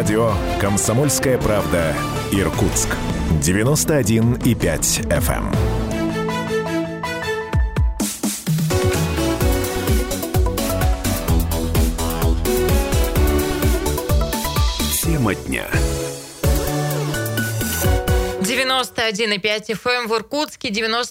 Радио «Комсомольская правда» Иркутск. 91,5 FM. Тема дня. 91,5 FM в Иркутске,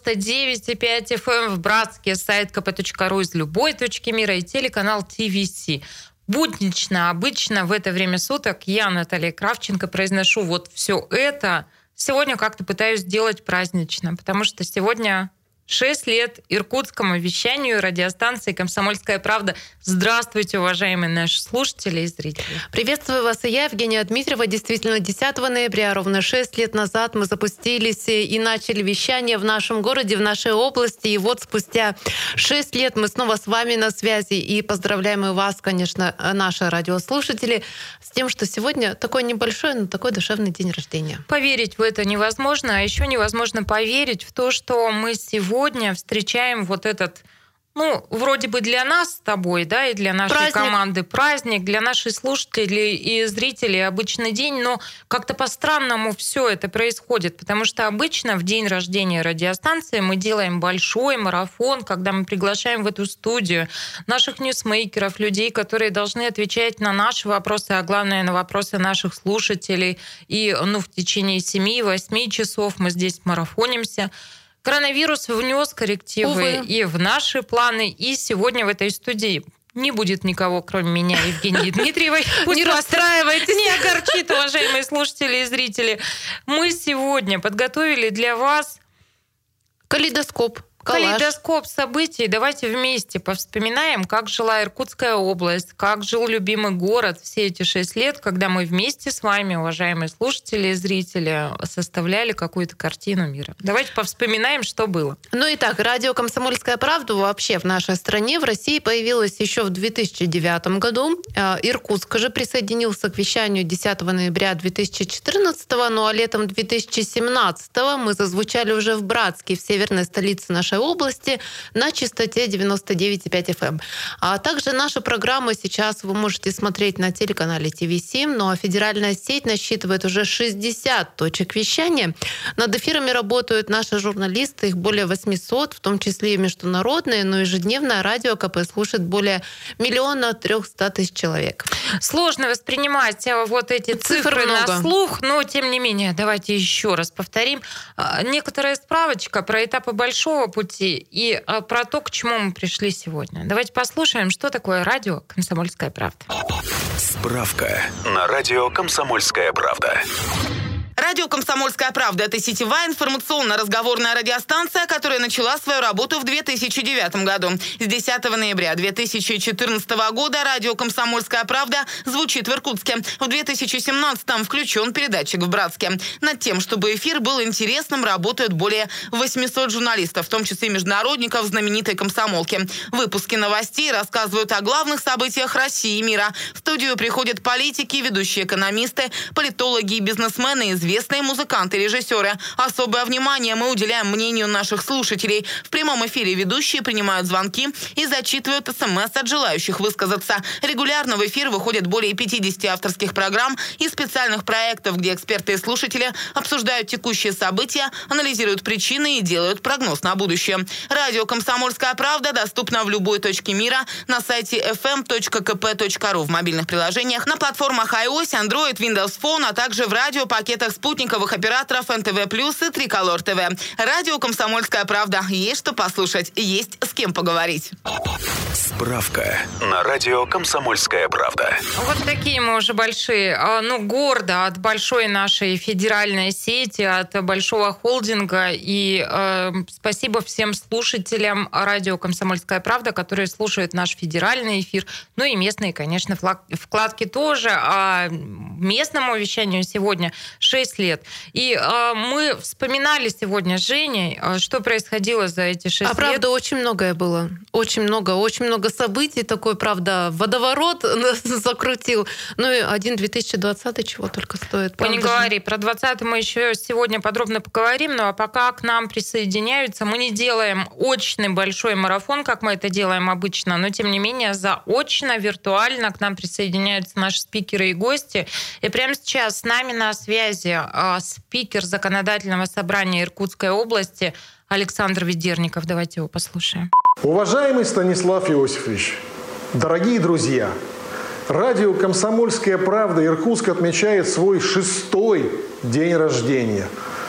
99,5 FM в Братске, сайт kp.ru из любой точки мира и телеканал ТВС. Буднично, обычно в это время суток я, Наталья Кравченко, произношу вот все это. Сегодня как-то пытаюсь сделать празднично, потому что сегодня 6 лет иркутскому вещанию радиостанции «Комсомольская правда». Здравствуйте, уважаемые наши слушатели и зрители. Приветствую вас, и я, Евгения Дмитриева. Действительно, 10 ноября, ровно 6 лет назад, мы запустились и начали вещание в нашем городе, в нашей области. И вот спустя 6 лет мы снова с вами на связи. И поздравляем и вас, конечно, наши радиослушатели, с тем, что сегодня такой небольшой, но такой душевный день рождения. Поверить в это невозможно, а еще невозможно поверить в то, что мы сегодня встречаем вот этот, вроде бы для нас с тобой, да, и для нашей команды праздник, для наших слушателей и зрителей обычный день, но как-то по-странному все это происходит, потому что обычно в день рождения радиостанции мы делаем большой марафон, когда мы приглашаем в эту студию наших ньюсмейкеров, людей, которые должны отвечать на наши вопросы, а главное, на вопросы наших слушателей. И в течение 7-8 часов мы здесь марафонимся. Коронавирус внес коррективы и в наши планы, и сегодня в этой студии не будет никого, кроме меня, Евгении Дмитриевой. Пусть не расстраивайтесь, не огорчит, уважаемые слушатели и зрители. Мы сегодня подготовили для вас калейдоскоп событий. Давайте вместе повспоминаем, как жила Иркутская область, как жил любимый город все эти 6 лет, когда мы вместе с вами, уважаемые слушатели и зрители, составляли какую-то картину мира. Давайте повспоминаем, что было. Итак, радио «Комсомольская правда» вообще в нашей стране, в России появилось еще в 2009 году. Иркутск же присоединился к вещанию 10 ноября 2014, а летом 2017 мы зазвучали уже в Братске, в северной столице нашей области, на частоте 99,5 FM. А также наши программы сейчас вы можете смотреть на телеканале ТВ-7, а федеральная сеть насчитывает уже 60 точек вещания. Над эфирами работают наши журналисты, их более 800, в том числе и международные, но ежедневно радио КП слушает более 1 300 000 человек. Сложно воспринимать вот эти цифры на слух, но тем не менее, давайте еще раз повторим. Некоторая справочка про этапы большого пути и про то, к чему мы пришли сегодня. Давайте послушаем, что такое радио «Комсомольская правда». Справка на радио «Комсомольская правда». Радио «Комсомольская правда» — это сетевая информационно-разговорная радиостанция, которая начала свою работу в 2009 году. С 10 ноября 2014 года радио «Комсомольская правда» звучит в Иркутске. В 2017 включен передатчик в Братске. Над тем, чтобы эфир был интересным, работают более 800 журналистов, в том числе международников знаменитой комсомолки. Выпуски новостей рассказывают о главных событиях России и мира. В студию приходят политики, ведущие экономисты, политологи и бизнесмены, известные музыканты, режиссеры. Особое внимание мы уделяем мнению наших слушателей. В прямом эфире ведущие принимают звонки и зачитывают СМС от желающих высказаться. Регулярно в эфир выходят более 50 авторских программ и специальных проектов, где эксперты и слушатели обсуждают текущие события, анализируют причины и делают прогноз на будущее. Радио «Комсомольская правда» доступно в любой точке мира на сайте fm.kp.ru, в мобильных приложениях, на платформах iOS, Android, Windows Phone, а также в радиопакетах спутниковых операторов НТВ+ и Триколор ТВ. Радио «Комсомольская правда». Есть что послушать, есть с кем поговорить. Справка на радио «Комсомольская правда». Вот такие мы уже большие. Гордо от большой нашей федеральной сети, от большого холдинга. И спасибо всем слушателям радио «Комсомольская правда», которые слушают наш федеральный эфир. И местные, конечно, вкладки тоже. А местному вещанию сегодня 6 6 лет. И мы вспоминали сегодня с Женей, что происходило за эти 6 лет. Правда, очень многое было. Очень много событий. Такой, правда, водоворот закрутил. Ну и один 2020 чего только стоит. Не говори. Про 2020 мы еще сегодня подробно поговорим. Ну а пока к нам присоединяются, мы не делаем очный большой марафон, как мы это делаем обычно, но тем не менее заочно, виртуально к нам присоединяются наши спикеры и гости. И прямо сейчас с нами на связи спикер Законодательного собрания Иркутской области Александр Ведерников. Давайте его послушаем. Уважаемый Станислав Иосифович, дорогие друзья, радио «Комсомольская правда» Иркутск отмечает свой 6-й день рождения.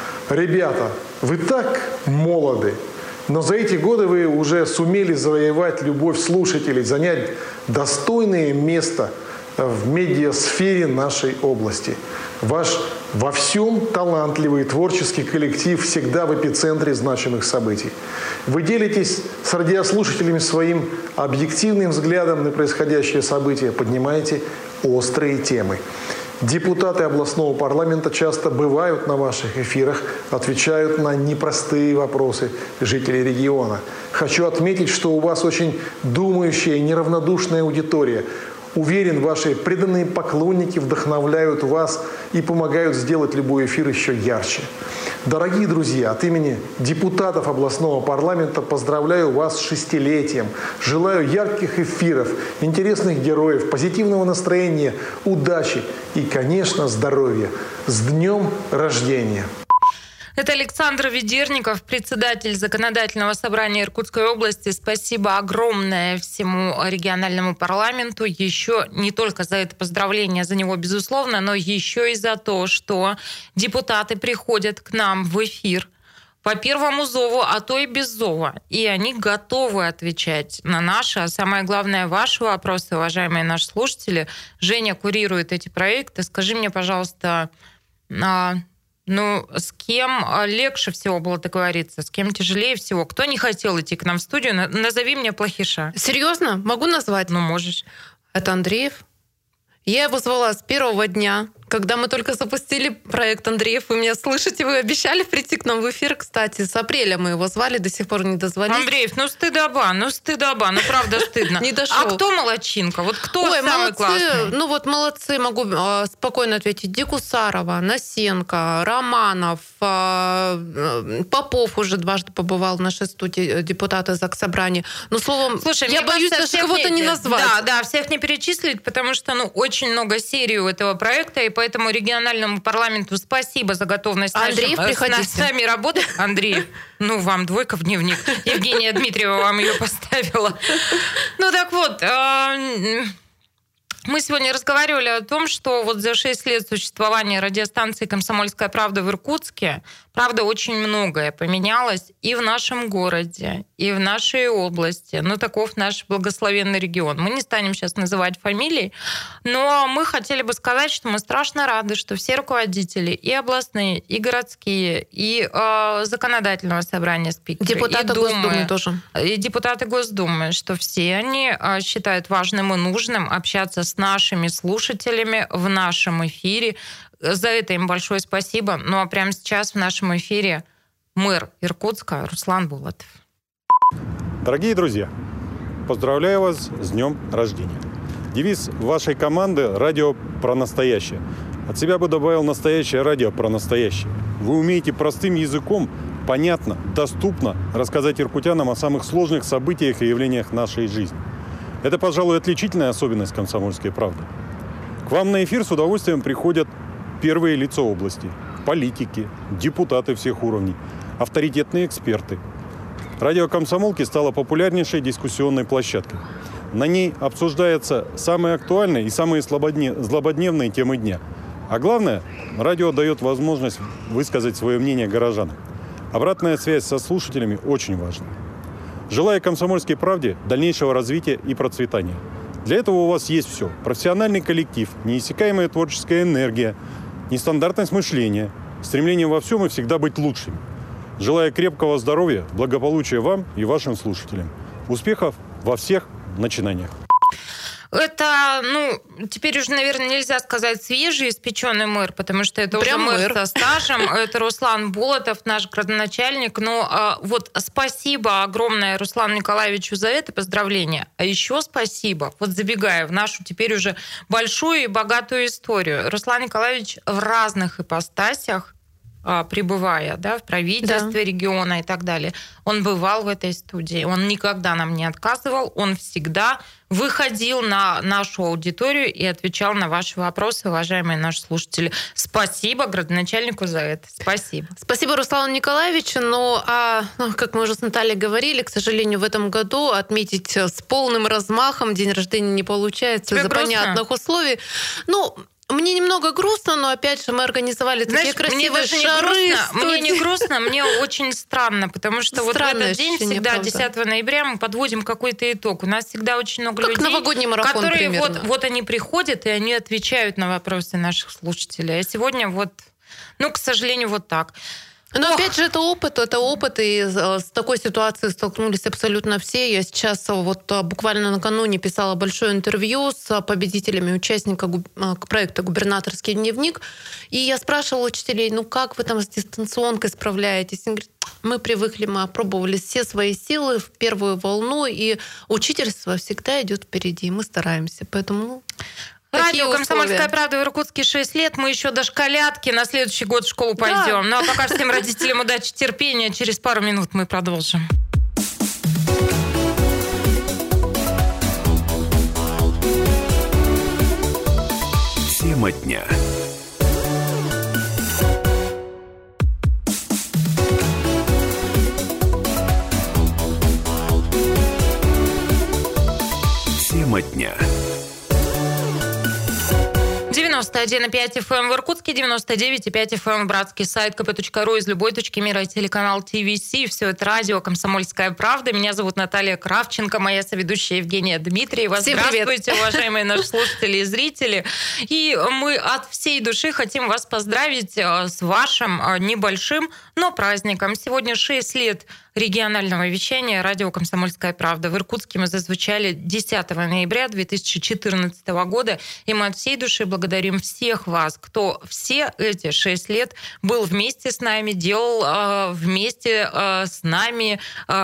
Ребята, вы так молоды, но за эти годы вы уже сумели завоевать любовь слушателей, занять достойное место в медиасфере нашей области. Ваш во всем талантливый творческий коллектив всегда в эпицентре значимых событий. Вы делитесь с радиослушателями своим объективным взглядом на происходящие события, поднимаете острые темы. Депутаты областного парламента часто бывают на ваших эфирах, отвечают на непростые вопросы жителей региона. Хочу отметить, что у вас очень думающая и неравнодушная аудитория. Уверен, ваши преданные поклонники вдохновляют вас и помогают сделать любой эфир еще ярче. Дорогие друзья, от имени депутатов областного парламента поздравляю вас с 6-летием. Желаю ярких эфиров, интересных героев, позитивного настроения, удачи и, конечно, здоровья. С днем рождения! Это Александр Ведерников, председатель Законодательного собрания Иркутской области. Спасибо огромное всему региональному парламенту. Еще не только за это поздравление, за него, безусловно, но еще и за то, что депутаты приходят к нам в эфир по первому зову, а то и без зова. И они готовы отвечать на наши, а самое главное, ваши вопросы, уважаемые наши слушатели. Женя курирует эти проекты. Скажи мне, пожалуйста, с кем легче всего было договориться, с кем тяжелее всего? Кто не хотел идти к нам в студию? Назови мне плохиша. Серьезно? Могу назвать? Можешь. Это Андреев. Я его звала с первого дня, когда мы только запустили проект «Андреев». Вы меня слышите? Вы обещали прийти к нам в эфир, кстати. С апреля мы его звали, до сих пор не дозвонились. Андреев, стыдоба, правда стыдно. Не дошел. А кто молодчинка? Вот кто самый классный? Молодцы, могу спокойно ответить. Дегусарова, Насенко, Романов, Попов уже дважды побывал в нашей студии, депутаты Заксобрания. Словом, слушай, я боюсь даже кого-то не назвать. Да, всех не перечислить, потому что, очень много серий у этого проекта, и поэтому региональному парламенту спасибо за готовность с нами работать. Андреев, вам 2 в дневник. Евгения Дмитриева вам ее поставила. Так вот, мы сегодня разговаривали о том, что вот за 6 лет существования радиостанции «Комсомольская правда» в Иркутске, правда, очень многое поменялось и в нашем городе, и в нашей области. Таков наш благословенный регион. Мы не станем сейчас называть фамилии, но мы хотели бы сказать, что мы страшно рады, что все руководители, и областные, и городские, и Законодательного собрания спикеры, депутаты Госдумы тоже. И депутаты Госдумы, что все они считают важным и нужным общаться с нашими слушателями в нашем эфире. За это им большое спасибо. А прямо сейчас в нашем эфире мэр Иркутска Руслан Булатов. Дорогие друзья, поздравляю вас с днем рождения. Девиз вашей команды «Радио про настоящее». От себя бы добавил «Настоящее радио про настоящее». Вы умеете простым языком, понятно, доступно рассказать иркутянам о самых сложных событиях и явлениях нашей жизни. Это, пожалуй, отличительная особенность «Комсомольской правды». К вам на эфир с удовольствием приходят первые лица области, политики, депутаты всех уровней, авторитетные эксперты. Радио «Комсомолки» стало популярнейшей дискуссионной площадкой. На ней обсуждаются самые актуальные и самые злободневные темы дня. А главное, радио дает возможность высказать свое мнение горожанам. Обратная связь со слушателями очень важна. Желаю «Комсомольской правде» дальнейшего развития и процветания. Для этого у вас есть все. Профессиональный коллектив, неиссякаемая творческая энергия, нестандартность мышления, стремление во всем и всегда быть лучшими. Желаю крепкого здоровья, благополучия вам и вашим слушателям. Успехов во всех начинаниях. Это, теперь уже, наверное, нельзя сказать свежий испеченный мэр, потому что это прям уже мэр со стажем. Это Руслан Болотов, наш градоначальник. Но вот спасибо огромное Руслану Николаевичу за это поздравление. А еще спасибо, вот забегая в нашу теперь уже большую и богатую историю. Руслан Николаевич в разных ипостасях, пребывая в правительстве региона и так далее, он бывал в этой студии, он никогда нам не отказывал, он всегда выходил на нашу аудиторию и отвечал на ваши вопросы, уважаемые наши слушатели. Спасибо градоначальнику за это. Спасибо. Спасибо Руслану Николаевичу. Как мы уже с Натальей говорили, к сожалению, в этом году отметить с полным размахом день рождения не получается из-за понятных условий. Мне немного грустно, но опять же мы организовали такие красивые шары. Мне не грустно, мне очень странно, потому что вот в этот день всегда, 10 ноября, мы подводим какой-то итог. У нас всегда очень много людей, новогодний марафон, которые вот они приходят, и они отвечают на вопросы наших слушателей. А сегодня к сожалению, вот так. Но опять же, это опыт, и с такой ситуацией столкнулись абсолютно все. Я сейчас буквально накануне писала большое интервью с победителями участника проекта «Губернаторский дневник», и я спрашивала учителей, как вы там с дистанционкой справляетесь? Они говорят, мы привыкли, мы опробовали все свои силы в первую волну, и учительство всегда идет впереди, мы стараемся, поэтому... Радио «Комсомольская правда» в Иркутске 6 лет. Мы еще дошколятки. На следующий год в школу пойдем. А пока всем родителям удачи, терпения. Через пару минут мы продолжим. Тема дня. Тема дня. 91,5 FM в Иркутске, 99,5 FM в Братске, сайт kp.ru из любой точки мира, телеканал ТВС. Все это радио «Комсомольская правда». Меня зовут Наталья Кравченко, моя соведущая Евгения Дмитриева. Всем здравствуйте, привет, уважаемые наши слушатели и зрители. И мы от всей души хотим вас поздравить с вашим небольшим, но праздником. Сегодня 6 лет регионального вещания радио «Комсомольская правда». В Иркутске мы зазвучали 10 ноября 2014 года, и мы от всей души благодарим всех вас, кто все эти 6 лет был вместе с нами, делал вместе с нами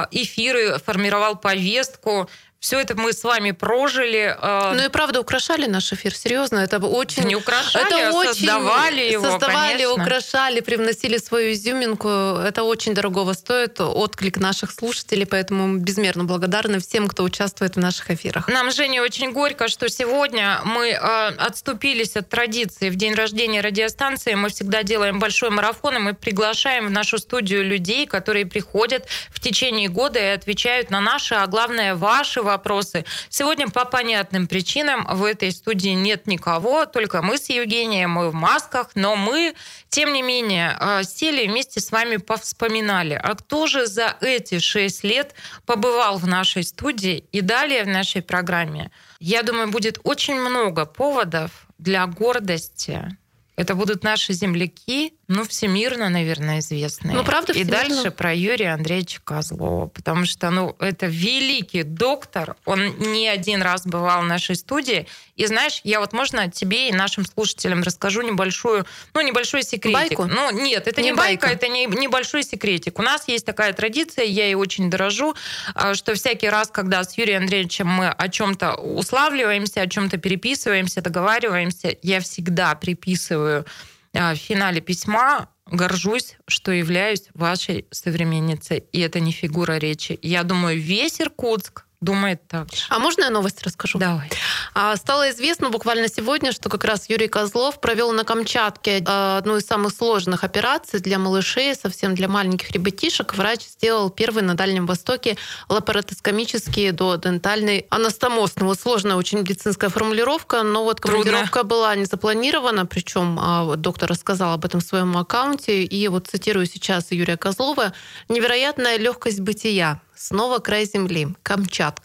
эфиры, формировал повестку. Все это мы с вами прожили. И правда украшали наш эфир, серьезно. Это очень... Не украшали, создавали его, создавали, конечно. украшали, привносили свою изюминку. Это очень дорогого стоит, отклик наших слушателей, поэтому мы безмерно благодарны всем, кто участвует в наших эфирах. Нам, Женя, очень горько, что сегодня мы отступились от традиции. В день рождения радиостанции мы всегда делаем большой марафон, и мы приглашаем в нашу студию людей, которые приходят в течение года и отвечают на наши, а главное, ваши вопросы. Сегодня по понятным причинам в этой студии нет никого, только мы с Евгением, мы в масках, но мы, тем не менее, сели вместе с вами повспоминали, а кто же за эти 6 лет побывал в нашей студии и далее в нашей программе. Я думаю, будет очень много поводов для гордости. Это будут наши земляки, всемирно, наверное, известные. Правда, и дальше про Юрия Андреевича Козлова, потому что, это великий доктор, он не один раз бывал в нашей студии. И знаешь, я можно тебе и нашим слушателям расскажу небольшой секретик. Байку? Нет, это не байка, это небольшой секретик. У нас есть такая традиция, я ей очень дорожу, что всякий раз, когда с Юрием Андреевичем мы о чем-то уславливаемся, о чем-то переписываемся, договариваемся, я всегда приписываю в финале письма: горжусь, что являюсь вашей современницей. И это не фигура речи. Я думаю, весь Иркутск думает так же. А можно я новость расскажу? Давай. Стало известно буквально сегодня, что как раз Юрий Козлов провел на Камчатке одну из самых сложных операций для малышей, совсем для маленьких ребятишек. Врач сделал первый на Дальнем Востоке лапароскопический додентальный анастомоз. Сложная очень медицинская формулировка, но командировка была не запланирована, причем доктор рассказал об этом в своем аккаунте. И цитирую сейчас Юрия Козлова: «Невероятная легкость бытия. Снова край земли. Камчатка.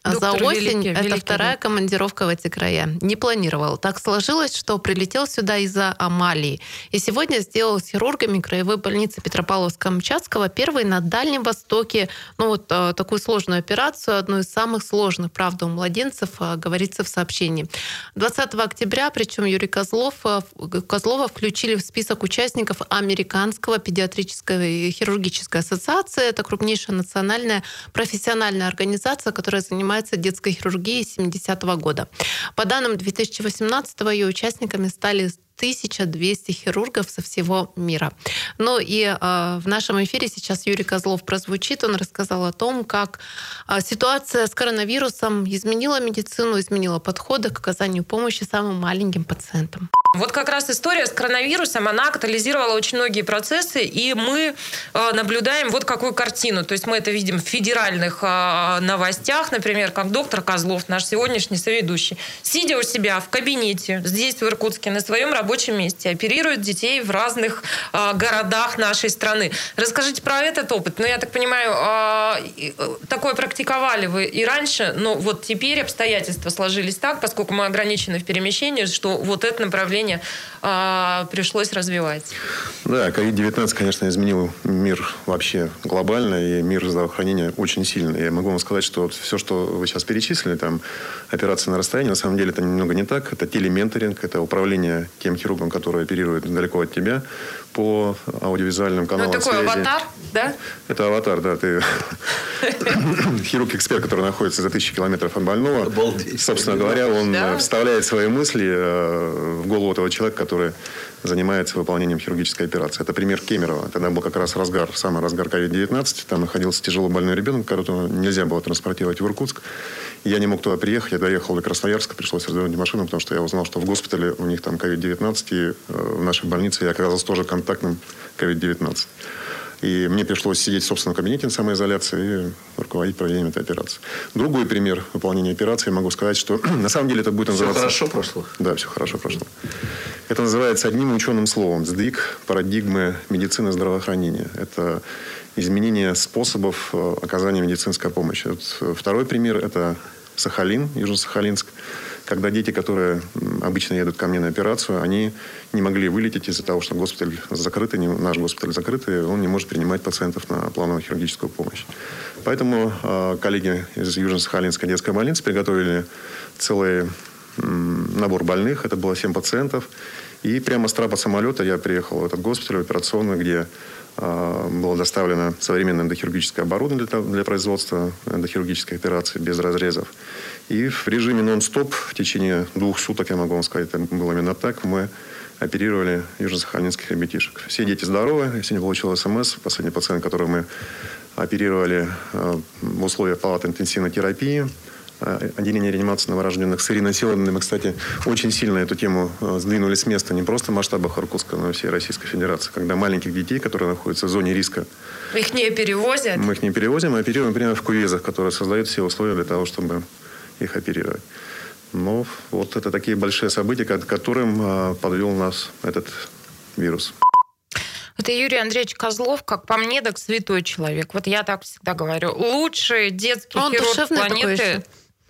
За осень это вторая командировка в эти края. Не планировал. Так сложилось, что прилетел сюда из-за Амалии. И сегодня сделал с хирургами краевой больницы Петропавловска-Камчатского первый на Дальнем Востоке, такую сложную операцию, одну из самых сложных, правда, у младенцев, говорится в сообщении. 20 октября, причем Юрия Козлова включили в список участников Американского педиатрической хирургической ассоциации. Это крупнейшая национальная профессиональная организация, которая занимается детской хирургией с 70-го года. По данным 2018-го ее участниками стали 1200 хирургов со всего мира. Ну и в нашем эфире сейчас Юрий Козлов прозвучит. Он рассказал о том, как ситуация с коронавирусом изменила медицину, изменила подходы к оказанию помощи самым маленьким пациентам. Вот как раз история с коронавирусом, она катализировала очень многие процессы, и мы наблюдаем вот какую картину. То есть мы это видим в федеральных новостях, например, как доктор Козлов, наш сегодняшний соведущий, сидя у себя в кабинете здесь, в Иркутске, на своем рабочем месте, оперирует детей в разных городах нашей страны. Расскажите про этот опыт. Ну, я так понимаю, такое практиковали вы и раньше, но вот теперь обстоятельства сложились так, поскольку мы ограничены в перемещении, что вот это направление пришлось развивать. Да, COVID-19, конечно, изменил мир вообще глобально, и мир здравоохранения очень сильно. Я могу вам сказать, что вот все, что вы сейчас перечислили, там, операции на расстоянии, на самом деле это немного не так. Это телементоринг, это управление тем хирургом, который оперирует далеко от тебя, по аудиовизуальным каналам связи. Такой аватар, да? Это аватар, да. Ты хирург-эксперт, который находится за 1000 километров от больного. Обалдеть. Собственно говоря, он вставляет свои мысли в голову этого человека, который занимается выполнением хирургической операции. Это пример Кемерово. Тогда был как раз самый разгар COVID-19. Там находился тяжело больной ребенок, которого нельзя было транспортировать в Иркутск. Я не мог туда приехать. Я доехал до Красноярска, пришлось развернуть машину, потому что я узнал, что в госпитале у них там COVID-19, и в нашей больнице я оказался тоже контактным COVID-19. И мне пришлось сидеть в собственном кабинете на самоизоляции и руководить проведением этой операции. Другой пример выполнения операции, могу сказать, что на самом деле это будет называться... Все хорошо прошло? Да, все хорошо прошло. Это называется одним ученым словом сдвиг парадигмы медицины и здравоохранения. Это изменение способов оказания медицинской помощи. Вот второй пример – это Сахалин, Южно-Сахалинск. Когда дети, которые обычно едут ко мне на операцию, они не могли вылететь из-за того, что госпиталь закрытый, наш госпиталь закрытый, он не может принимать пациентов на плановую хирургическую помощь. Поэтому коллеги из Южно-Сахалинской детской больницы приготовили целый набор больных. Это было 7 пациентов. И прямо с трапа самолета я приехал в этот госпиталь, в операционную, где было доставлено современное эндохирургическое оборудование для производства эндохирургической операции без разрезов. И в режиме нон-стоп в течение 2 суток, я могу вам сказать, это было именно так, мы оперировали южно-сахалинских ребятишек. Все дети здоровы. Я сегодня получил СМС. Последний пациент, которого мы оперировали в условиях палаты интенсивной терапии, отделение реанимации новорожденных с Ириной Силовной. Мы, кстати, очень сильно эту тему сдвинули с места не просто в масштабах Иркутска, но и всей Российской Федерации. Когда маленьких детей, которые находятся в зоне риска... Их не перевозят? Мы их не перевозим, мы оперируем прямо в кувезах, которые создают все условия для того, чтобы их оперировать. Но вот это такие большие события, к которым подвел нас этот вирус. Это Юрий Андреевич Козлов, как по мне, так святой человек. Вот я так всегда говорю. Лучший детский хирург планеты.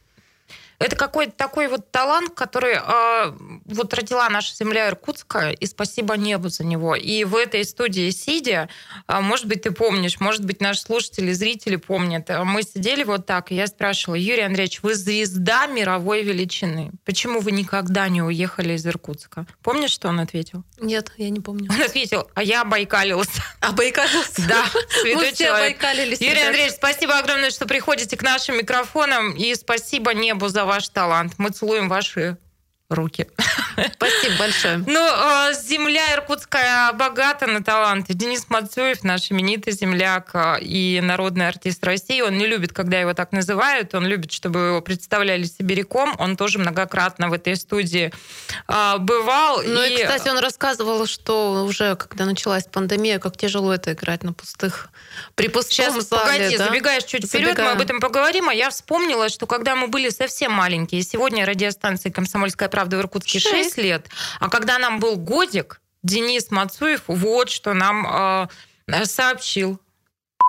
Это какой-то такой вот талант, который вот родила наша земля Иркутска, и спасибо небу за него. И в этой студии сидя, может быть, ты помнишь, может быть, наши слушатели, зрители помнят, мы сидели вот так, и я спрашивала: Юрий Андреевич, вы звезда мировой величины. Почему вы никогда не уехали из Иркутска? Помнишь, что он ответил? Нет, я не помню. Он ответил: а я обайкалился. Обайкалился? Да, святой мы все человек. обайкалились. Юрий Андреевич, спасибо огромное, что приходите к нашим микрофонам, и спасибо небу за ваш талант. Мы целуем ваши руки. Спасибо большое. Ну, земля иркутская богата на таланты. Денис Мацуев, наш именитый земляк и народный артист России, он не любит, когда его так называют, он любит, чтобы его представляли сибиряком. Он тоже многократно в этой студии бывал. Ну и, кстати, он рассказывал, что уже когда началась пандемия, как тяжело это играть при пустом Сейчас, зале. погоди, да? забегаешь чуть вперед, мы об этом поговорим. А я вспомнила, что когда мы были совсем маленькие, сегодня радиостанции «Комсомольская правда» в Иркутске 6 лет, а когда нам был годик, Денис Мацуев вот что нам сообщил.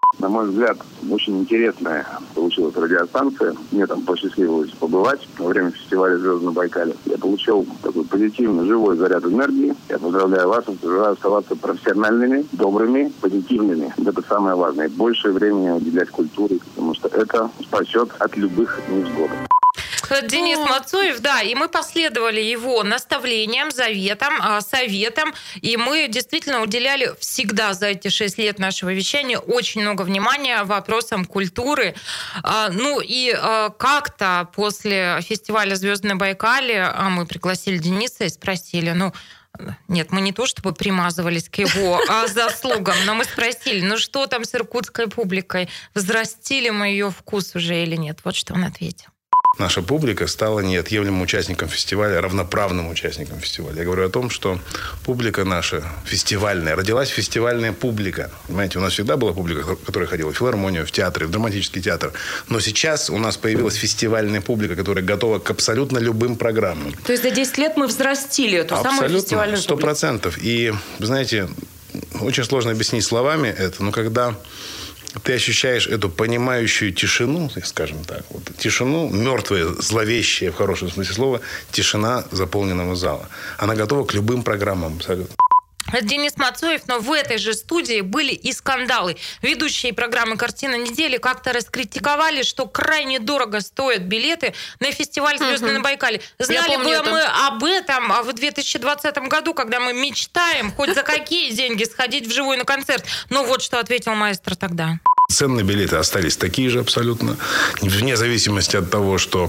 На мой взгляд, очень интересная получилась радиостанция. Мне там посчастливилось побывать во время фестиваля «Звезды на Байкале». Я получил такой позитивный, живой заряд энергии. Я поздравляю вас, желаю оставаться профессиональными, добрыми, позитивными. Это самое важное. Больше времени уделять культуре, потому что это спасет от любых невзгод. Денис Мацуев, да, и мы последовали его наставлениям, советам, и мы действительно уделяли всегда за эти 6 лет нашего вещания очень много внимания вопросам культуры. Ну и как-то после фестиваля «Звезды на Байкале» мы пригласили Дениса и спросили, нет, мы не то чтобы примазывались к его заслугам, но мы спросили, что там с иркутской публикой, взрастили мы ее вкус уже или нет? Вот что он ответил. Наша публика стала неотъемлемым участником фестиваля, равноправным участником фестиваля. Я говорю о том, что публика наша фестивальная, родилась фестивальная публика. Понимаете, у нас всегда была публика, которая ходила в филармонию, в театры, в драматический театр. Но сейчас у нас появилась фестивальная публика, которая готова к абсолютно любым программам. То есть за 10 лет мы взрастили эту самую фестивальную публику? 100%. И, знаете, очень сложно объяснить словами это, но когда ты ощущаешь эту понимающую тишину, скажем так, тишину, мертвая, зловещая, в хорошем смысле слова, тишина заполненного зала. Она готова к любым программам абсолютно. Денис Мацуев, но в этой же студии были и скандалы. Ведущие программы «Картина недели» как-то раскритиковали, что крайне дорого стоят билеты на фестиваль «Звезды на Байкале». Знали бы мы об этом в 2020 году, когда мы мечтаем хоть за какие деньги сходить вживую на концерт. Но вот что ответил маэстро тогда. Цены на билеты остались такие же абсолютно. Вне зависимости от того, что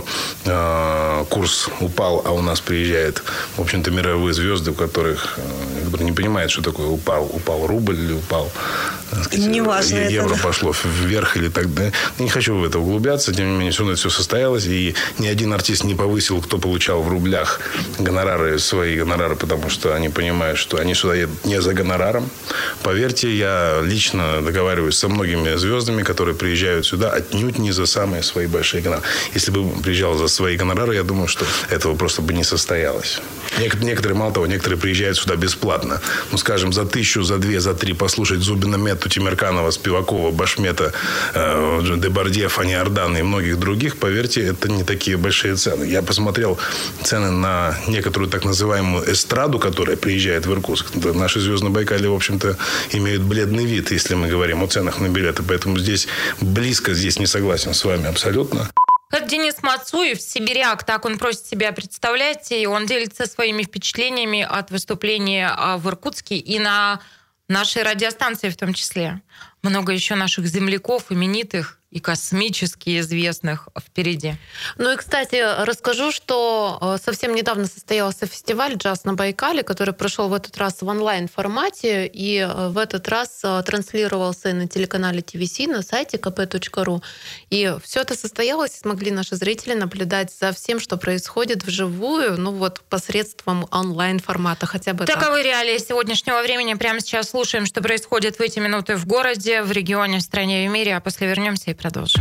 курс упал, а у нас приезжают, в общем-то, мировые звезды, у которых не понимают, что такое упал. Упал рубль или упал, неважно, евро это, пошло вверх или так далее. Не хочу в это углубляться. Тем не менее, все равно все состоялось. И ни один артист не повысил, кто получал в рублях свои гонорары, потому что они понимают, что они сюда едут не за гонораром. Поверьте, я лично договариваюсь со многими звездами, которые приезжают сюда отнюдь не за самые свои большие гонорары. Если бы приезжал за свои гонорары, я думаю, что этого просто бы не состоялось. Некоторые, мало того, некоторые приезжают сюда бесплатно. Скажем, за 1000, за 2, за 3 послушать Зубина, Метту, Тимирканова, Спивакова, Башмета, Дебардье, Фани Ардана и многих других, поверьте, это не такие большие цены. Я посмотрел цены на некоторую так называемую эстраду, которая приезжает в Иркутск. Наши «Звезды на Байкале», в общем-то, имеют бледный вид, если мы говорим о ценах на билеты. Поэтому здесь не согласен с вами абсолютно. Это Денис Мацуев, сибиряк, так он просит себя представлять, и он делится своими впечатлениями от выступления в Иркутске и на нашей радиостанции в том числе. Много еще наших земляков, именитых и космически известных впереди. Ну и, кстати, расскажу, что совсем недавно состоялся фестиваль «Джаз на Байкале», который прошел в этот раз в онлайн-формате, и в этот раз транслировался на телеканале ТВС, на сайте kp.ru. И все это состоялось, и смогли наши зрители наблюдать за всем, что происходит вживую, посредством онлайн-формата, хотя бы Таковы реалии сегодняшнего времени. Прямо сейчас слушаем, что происходит в эти минуты в городе, в регионе, в стране и в мире, а после вернемся и продолжим.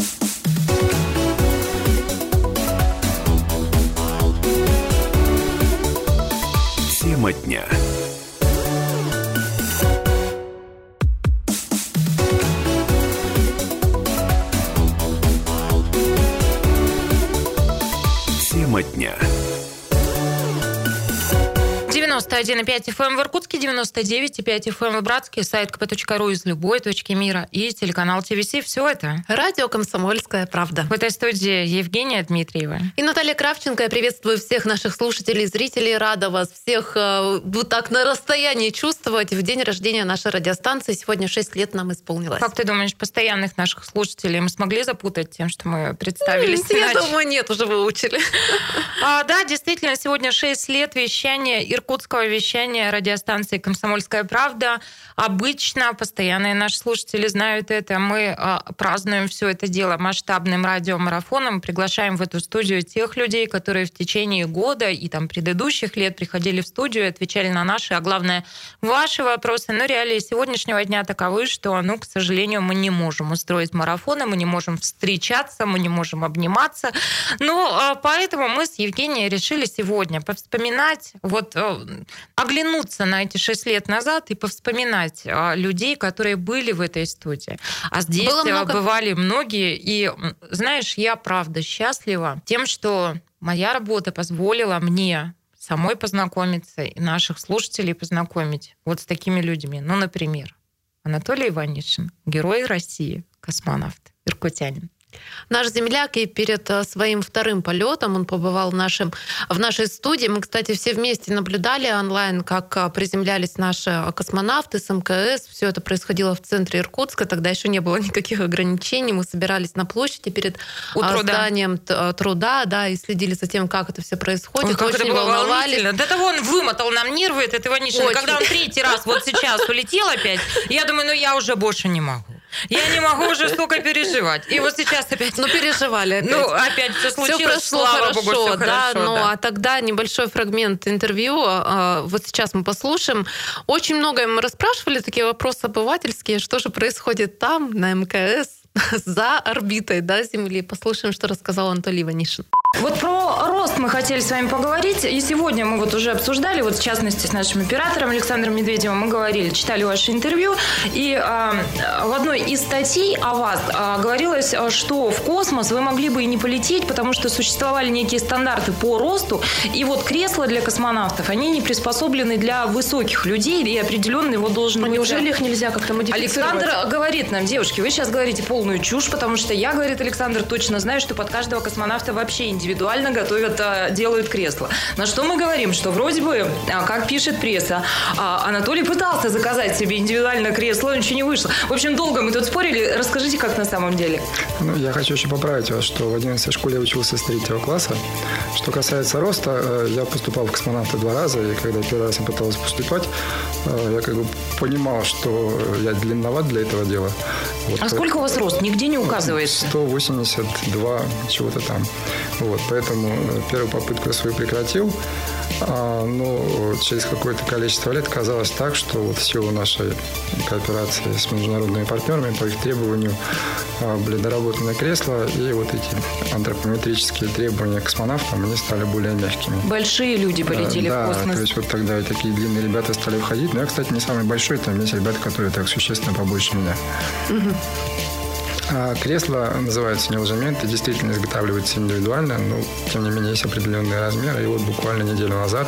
Тема дня. Тема дня. 91,5 FM в Иркутске, 99,5 FM в Братске, сайт kp.ru из любой точки мира и телеканал ТВС. Все это радио «Комсомольская правда». В этой студии Евгения Дмитриева и Наталья Кравченко. Я приветствую всех наших слушателей, зрителей. Рада вас всех вот так на расстоянии чувствовать в день рождения нашей радиостанции. Сегодня 6 лет нам исполнилось. Как ты думаешь, постоянных наших слушателей мы смогли запутать тем, что мы представились иначе? Я думаю, нет, уже выучили. Да, действительно, сегодня 6 лет вещания иркутского вещания радиостанции «Комсомольская правда». Обычно постоянные наши слушатели знают это. Мы празднуем все это дело масштабным радиомарафоном. Приглашаем в эту студию тех людей, которые в течение года и предыдущих лет приходили в студию, отвечали на наши, а главное, ваши вопросы. Но реалии сегодняшнего дня таковы, что, к сожалению, мы не можем устроить марафоны, мы не можем встречаться, мы не можем обниматься. Поэтому мы с Евгенией решили сегодня повспоминать, оглянуться на эти 6 лет назад и повспоминать людей, которые были в этой студии. А здесь бывали многие. И, знаешь, я правда счастлива тем, что моя работа позволила мне самой познакомиться и наших слушателей познакомить вот с такими людьми. Ну, например, Анатолий Иванишин, герой России, космонавт, иркутянин. Наш земляк, и перед своим вторым полетом он побывал в нашей студии. Мы, кстати, все вместе наблюдали онлайн, как приземлялись наши космонавты с МКС. Все это происходило в центре Иркутска. Тогда еще не было никаких ограничений. Мы собирались на площади перед зданием труда, да, и следили за тем, как это все происходит. Ой, как очень это было волновались. До того он вымотал нам нервы, этот Иванишин. Когда он 3-й раз вот сейчас улетел опять, я думаю, я уже больше не могу. Я не могу уже столько переживать. И вот сейчас опять... переживали опять. Опять все случилось, все прошло слава хорошо, Богу, все да, хорошо. А тогда небольшой фрагмент интервью. Вот сейчас мы послушаем. Очень много мы расспрашивали, такие вопросы обывательские. Что же происходит там, на МКС, за орбитой Земли? Послушаем, что рассказал Анатолий Иванишин. Вот про рост мы хотели с вами поговорить. И сегодня мы вот уже обсуждали, вот в частности с нашим оператором Александром Медведевым мы говорили, читали ваше интервью. И в одной из статей о вас говорилось, что в космос вы могли бы и не полететь, потому что существовали некие стандарты по росту. И вот кресла для космонавтов, они не приспособлены для высоких людей, и определенный вот должен быть... Неужели их нельзя как-то модифицировать? Александр говорит нам, девушки, вы сейчас говорите полную чушь, потому что я, говорит Александр, точно знаю, что под каждого космонавта вообще индивидуально делают кресло. На что мы говорим, что вроде бы, как пишет пресса, Анатолий пытался заказать себе индивидуальное кресло, но ничего не вышло. В общем, долго мы тут спорили. Расскажите, как на самом деле. Я хочу еще поправить вас, что в 11 школе я учился с 3 класса. Что касается роста, я поступал в космонавты 2 раза, и когда первый раз я пытался поступать, я понимал, что я длинноват для этого дела. Сколько у вас рост? Нигде не указывается. 182, чего-то там. Поэтому первую попытку я свою прекратил. Но через какое-то количество лет казалось так, что вот в силу нашей кооперации с международными партнерами по их требованию были доработаны кресла, и вот эти антропометрические требования к космонавтам, они стали более мягкими. Большие люди полетели в космос. Да, то есть вот тогда и такие длинные ребята стали входить. Но я, кстати, не самый большой, там есть ребята, которые так существенно побольше меня. Кресла называются неложементы, действительно изготавливаются индивидуально, но, тем не менее, есть определенные размеры. И вот буквально неделю назад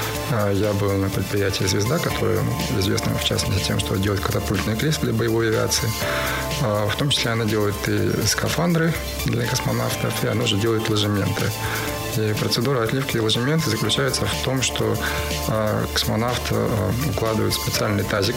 я был на предприятии «Звезда», которое известно, в частности, тем, что делает катапультные кресла для боевой авиации. В том числе она делает и скафандры для космонавтов, и она же делает ложементы. И процедура отливки ложемента заключается в том, что космонавт укладывает в специальный тазик.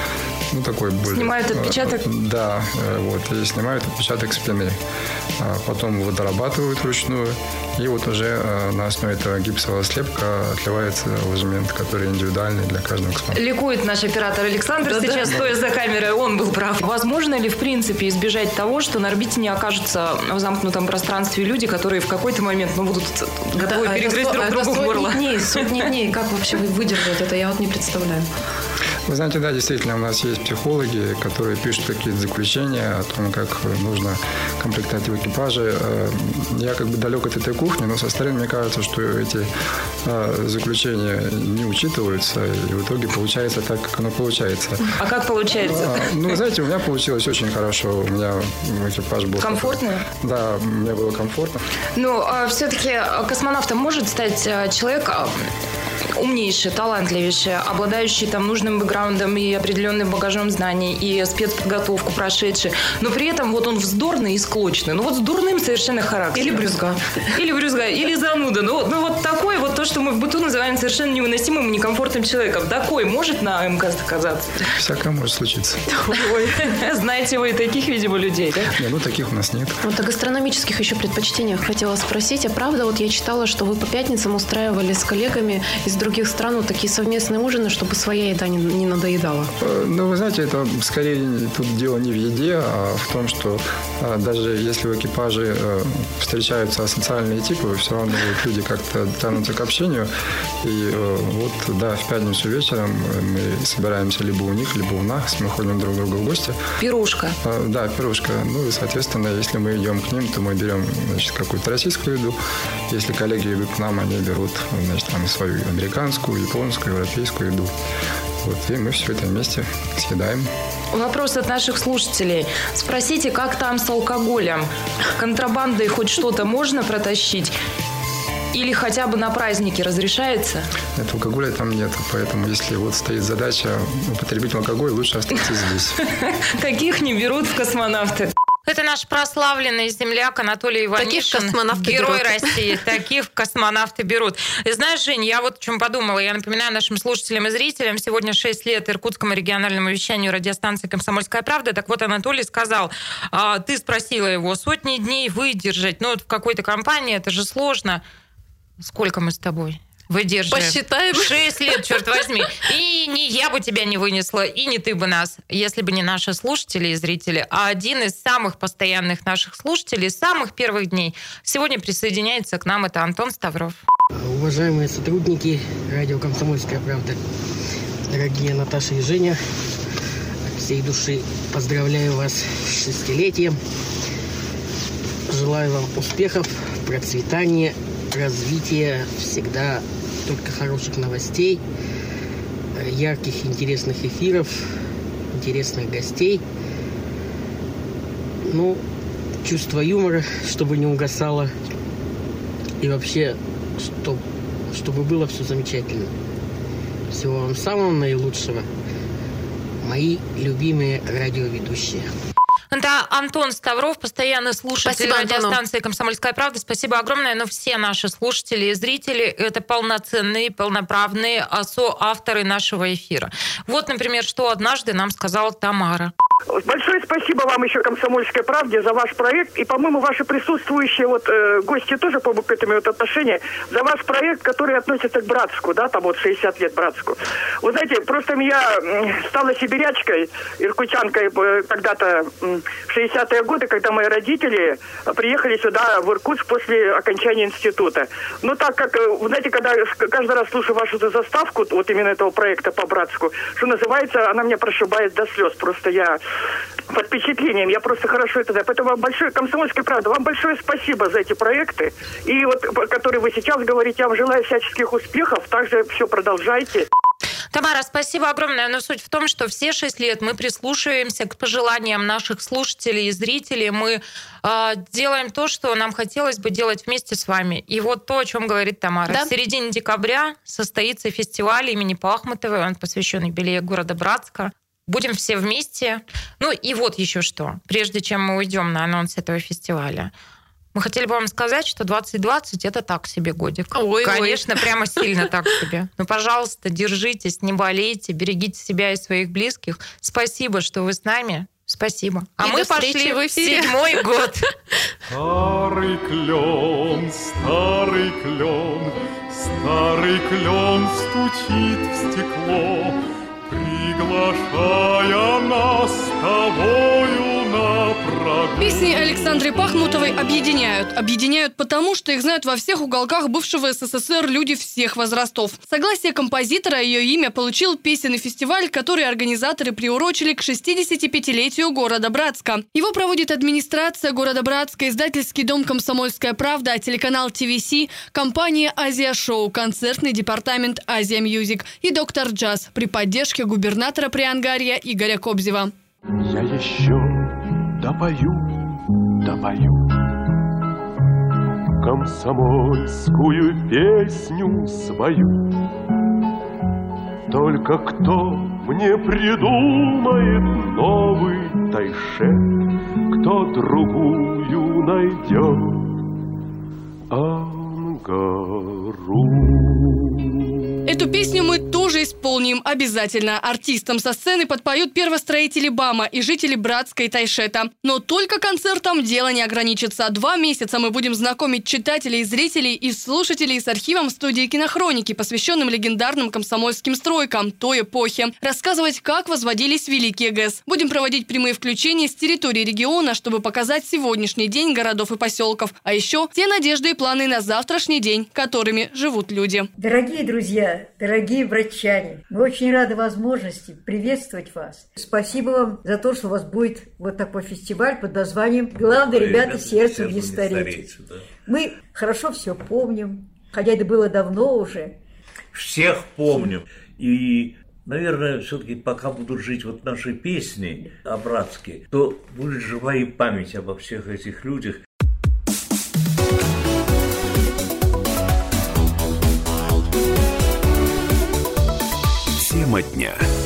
Такой более... Снимают отпечаток? Да, и снимают отпечаток спины. Потом его дорабатывают вручную, и вот уже на основе этого гипсового слепка отливается ложемент, который индивидуальный для каждого космонавта. Ликует наш оператор Александр сейчас, стоя за камерой, он был прав. Возможно ли, в принципе, избежать того, что на орбите не окажутся в замкнутом пространстве люди, которые в какой-то момент будут готовы перегрызть друг другу горло? Сотни дней. Как вообще выдержать это? Я не представляю. Вы знаете, да, действительно, у нас есть психологи, которые пишут какие-то заключения о том, как нужно комплектовать в экипаже. Я далек от этой кухни, но со стороны мне кажется, что эти заключения не учитываются, и в итоге получается так, как оно получается. А как получается? Вы знаете, у меня получилось очень хорошо. У меня экипаж был... Комфортно? Да, мне было комфортно. Все-таки космонавтом может стать человек... умнейший, талантливейший, обладающий нужным бэкграундом и определенным багажом знаний, и спецподготовку прошедший, но при этом он вздорный и склочный, с дурным совершенно характером. Или брюзга. Или зануда. Такой то, что мы в быту называем совершенно невыносимым и некомфортным человеком. Такой может на МКС оказаться? Всякое может случиться. Знаете вы таких, видимо, людей, да? Нет, таких у нас нет. О гастрономических еще предпочтениях хотела спросить. А правда, я читала, что вы по пятницам устраивали с коллегами из других стран такие совместные ужины, чтобы своя еда не надоедала? Вы знаете, это скорее тут дело не в еде, а в том, что даже если в экипаже встречаются асоциальные типы, все равно люди как-то тянутся к общению. И в пятницу вечером мы собираемся либо у них, либо у нас, мы ходим друг к другу в гости. Пирушка. Да, пирушка. И, соответственно, если мы идем к ним, то мы берем, какую-то российскую еду. Если коллеги идут к нам, они берут, свою американскую, японскую, европейскую еду. Вот, и мы все это вместе съедаем. Вопрос от наших слушателей. Спросите, как там с алкоголем? Контрабандой хоть что-то можно протащить? Или хотя бы на праздники разрешается? Нет, алкоголя там нет. Поэтому, если вот стоит задача употребить алкоголь, лучше остаться здесь. Таких не берут в космонавты. Это наш прославленный земляк Анатолий Иванишин, герой России. Таких космонавты берут. И знаешь, Жень, я вот о чем подумала. Я напоминаю нашим слушателям и зрителям, сегодня 6 лет Иркутскому региональному вещанию радиостанции «Комсомольская правда». Так вот, Анатолий сказал, ты спросила его, сотни дней выдержать, ну вот в какой-то компании это же сложно. Сколько мы с тобой выдерживаем? Посчитаем. 6 лет, черт возьми. И не я бы тебя не вынесла, и не ты бы нас, если бы не наши слушатели и зрители. А один из самых постоянных наших слушателей с самых первых дней сегодня присоединяется к нам. Это Антон Ставров. Уважаемые сотрудники радио «Комсомольская правда», дорогие Наташа и Женя, от всей души поздравляю вас с 6-летием. Желаю вам успехов, процветания, развития, всегда только хороших новостей, ярких, интересных эфиров, интересных гостей. Ну, чувство юмора, чтобы не угасало. И вообще, чтобы было все замечательно. Всего вам самого наилучшего. Мои любимые радиоведущие. Это Антон Ставров, постоянный слушатель радиостанции «Комсомольская правда». Спасибо огромное. Но все наши слушатели и зрители – это полноценные, полноправные соавторы нашего эфира. Вот, например, что однажды нам сказала Тамара. Большое спасибо вам еще «Комсомольской правде» за ваш проект. И, по-моему, ваши присутствующие гости тоже, по-моему, к этому отношение. За ваш проект, который относится к Братску, да, там 60 лет Братску. Вы знаете, просто я стала сибирячкой, иркутянкой когда-то в 60-е годы, когда мои родители приехали сюда, в Иркутск, после окончания института. Но так как, вы знаете, когда каждый раз слушаю вашу заставку, вот именно этого проекта по Братску, что называется, она меня прошибает до слез. Просто я под впечатлением, я просто хорошо это знаю. Поэтому вам большое, «Комсомольская правда», вам большое спасибо за эти проекты. И вот, которые вы сейчас говорите, я вам желаю всяческих успехов. Также все продолжайте. Тамара, спасибо огромное. Но суть в том, что все 6 лет мы прислушиваемся к пожеланиям наших слушателей и зрителей. Мы делаем то, что нам хотелось бы делать вместе с вами. И вот то, о чем говорит Тамара. Да? В середине декабря состоится фестиваль имени Пахмутовой. Он посвящен юбилею города Братска. Будем все вместе. Ну и вот еще что. Прежде чем мы уйдем на анонс этого фестиваля, мы хотели бы вам сказать, что 2020 – это так себе годик. Конечно, прямо сильно так себе. Но, пожалуйста, держитесь, не болейте, берегите себя и своих близких. Спасибо, что вы с нами. Спасибо. А мы пошли в 7-й год. Старый клен, старый клен, старый клен стучит в стекло, приглашая нас с тобою на прогулку. Песни Александры Пахмутовой объединяют. Объединяют потому, что их знают во всех уголках бывшего СССР люди всех возрастов. Согласие композитора, ее имя получил песенный фестиваль, который организаторы приурочили к 65-летию города Братска. Его проводит администрация города Братска, издательский дом «Комсомольская правда», телеканал ТВС, компания «Азия Шоу», концертный департамент «Азия Мьюзик» и «Доктор Джаз» при поддержке губернатора Приангарья Игоря Кобзева. Я еще допою комсомольскую песню свою. Только кто мне придумает новый тайшет, кто другую найдет ангару. Эту песню мы тоже исполним обязательно. Артистам со сцены подпоют первостроители БАМа и жители Братска и Тайшета. Но только концертом дело не ограничится. 2 месяца мы будем знакомить читателей, зрителей и слушателей с архивом студии «Кинохроники», посвященным легендарным комсомольским стройкам той эпохи. Рассказывать, как возводились великие ГЭС. Будем проводить прямые включения с территории региона, чтобы показать сегодняшний день городов и поселков. А еще те надежды и планы на завтрашний день, которыми живут люди. Дорогие друзья, дорогие братчане, мы очень рады возможности приветствовать вас. Спасибо вам за то, что у вас будет вот такой фестиваль под названием «Главное, ребята, сердцем не стареть». Да. Мы хорошо все помним, хотя это было давно уже. Всех помним. И Наверное, все-таки пока будут жить вот наши песни о Братске, то будет жива и память обо всех этих людях. Тема дня.